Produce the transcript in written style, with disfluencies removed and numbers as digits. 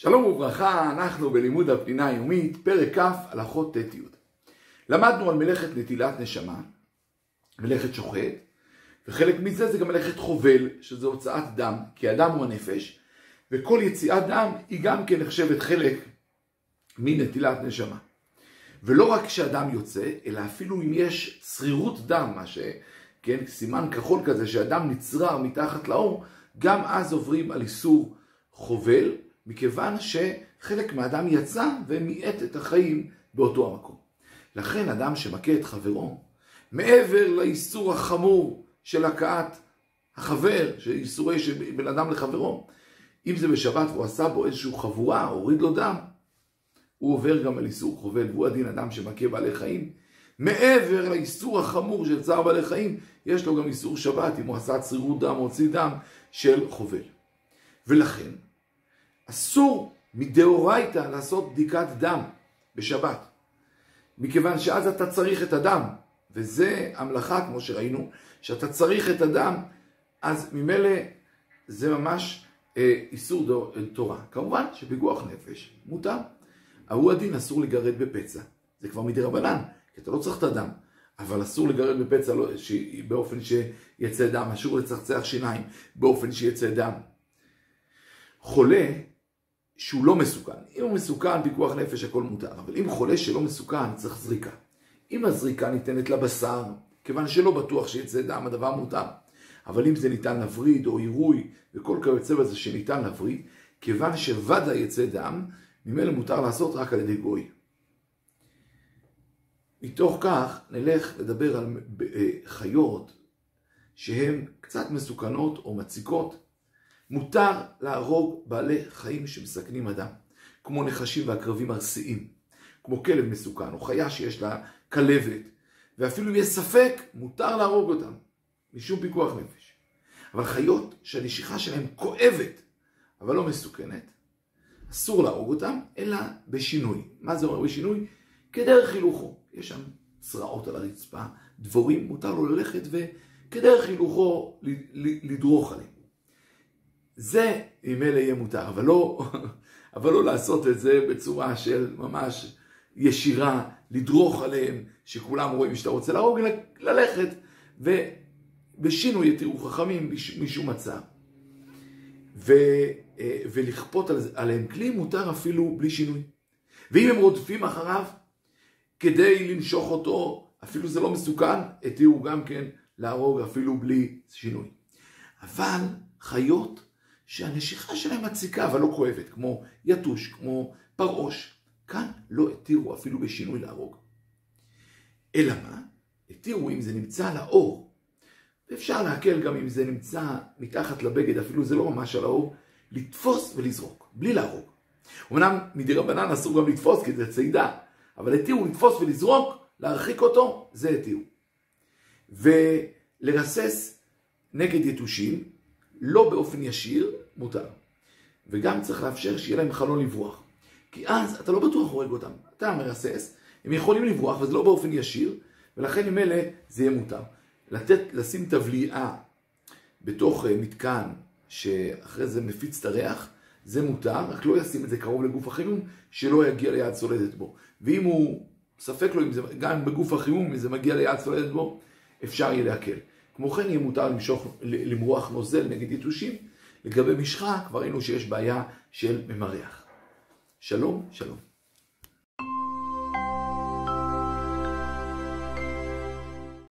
שלום וברכה, אנחנו בלימוד הפנינה היומית, פרק כ' הלכות ט' י'. למדנו על מלאכת נטילת נשמה, מלאכת שוחט, וחלק מזה זה גם מלאכת חובל, שזה הוצאת דם, כי הדם הוא הנפש, וכל יציאת דם היא גם כן נחשבת חלק מנטילת נשמה. ולא רק כשהדם יוצא, אלא אפילו אם יש שרירות דם, מה כן, סימן כחול כזה שהדם נצרר מתחת לאור, גם אז עוברים על איסור חובל, מכיוון שחלק מהאדם יצא ומיעט את החיים באותו המקום. לכן אדם שמכה את חברו, מעבר לאיסור החמור של הכאת החבר, שאיסורי של בן אדם לחברו, אם זה בשבת והוא עשה בו איזשהו חבורה, הוריד לו דם, הוא עובר גם על איסור חובל, והוא הדין אדם שמכה בעלי חיים. מעבר לאיסור החמור של צער בעלי חיים, יש לו גם איסור שבת, אם הוא עשה צרירות דם או הוציא דם של חובל. ולכן, אסור מדאורייתא לעשות בדיקת דם בשבת, מכיוון שאז אתה צריך את הדם, וזה המלאכה כמו שראינו, שאתה צריך את הדם, אז ממילא זה ממש איסור תורה. כמובן שפיקוח נפש מותר, הוא הדין אסור לגרד בפצע, זה כבר מדרבנן, כי אתה לא צריך את הדם, אבל אסור לגרד בפצע באופן שיצא דם, אסור לצחצח שיניים באופן שיצא דם. חולה שהוא לא מסוכן, אם הוא מסוכן פיקוח נפש הכל מותר, אבל אם חולה שלא מסוכן צריך זריקה. אם הזריקה ניתנת לבשר, כיוון שלא בטוח שיצא דם הדבר מותר, אבל אם זה ניתן לווריד או עירוי וכל כיוצא בזה שניתן לווריד, כיוון שוודא יצא דם, ממילא מותר לעשות רק על ידי גוי. מתוך כך נלך לדבר על חיות שהן קצת מסוכנות או מציקות. מותר להרוג בעלי חיים שמסכנים אדם, כמו נחשים ועקרבים ארסיים, כמו כלב מסוכן או חיה שיש לה כלבת, ואפילו אם יש ספק, מותר להרוג אותם, משום פיקוח נפש. אבל חיות שהנשיכה שלהם כואבת, אבל לא מסוכנת, אסור להרוג אותם, אלא בשינוי. מה זה אומר בשינוי? כדרך הילוכו. יש שם צרעות על הרצפה, דבורים, מותר לו ללכת וכדרך הילוכו לדרוך עליהם. זה ממילא יהיה מותר, אבל לא לעשות את זה בצורה של ממש ישירה, לדרוך עליהם, שכולם רואים שאתה רוצה להרוג, אלא ללכת ובשינוי יתירו חכמים משום מצב. ולכפות עליהם כלי מותר אפילו בלי שינוי. ואם הם רודפים אחריו כדי לנשוך אותו, אפילו זה לא מסוכן, התירו גם כן להרוג אפילו בלי שינוי. אבל חיות שהנשיכה שלהם מציקה אבל לא כואבת, כמו יתוש, כמו פרעוש, כאן לא התירו אפילו בשינוי להרוג. אלא מה? התירו אם זה נמצא על האור, ואפשר להקל גם אם זה נמצא מתחת לבגד, אפילו זה לא ממש על האור, לתפוס ולזרוק, בלי להרוג. אמנם מדרבנן אסור גם לתפוס כי זה צידה, אבל התירו לתפוס ולזרוק, להרחיק אותו, זה התירו. ולרסס נגד יתושים, לא באופן ישיר, מותר. וגם צריך לאפשר שיהיה להם חלון לברוח. כי אז אתה לא בטוח הורג אותם. אתה מרסס, הם יכולים לברוח, וזה לא באופן ישיר, ולכן עם אלה זה יהיה מותר. לשים תבליעה בתוך מתקן, שאחרי זה מפיץ את הריח, זה מותר, רק לא ישים את זה קרוב לגוף החימום, שלא יגיע ליד צולדת בו. ואם הוא ספק לו, גם בגוף החימום, אם זה מגיע ליד צולדת בו, אפשר יהיה להקל. כמו כן יהיה מותר למרוח נוזל נגד יתושים. לגבי משחה כבר ראינו שיש בעיה של ממרח. שלום, שלום.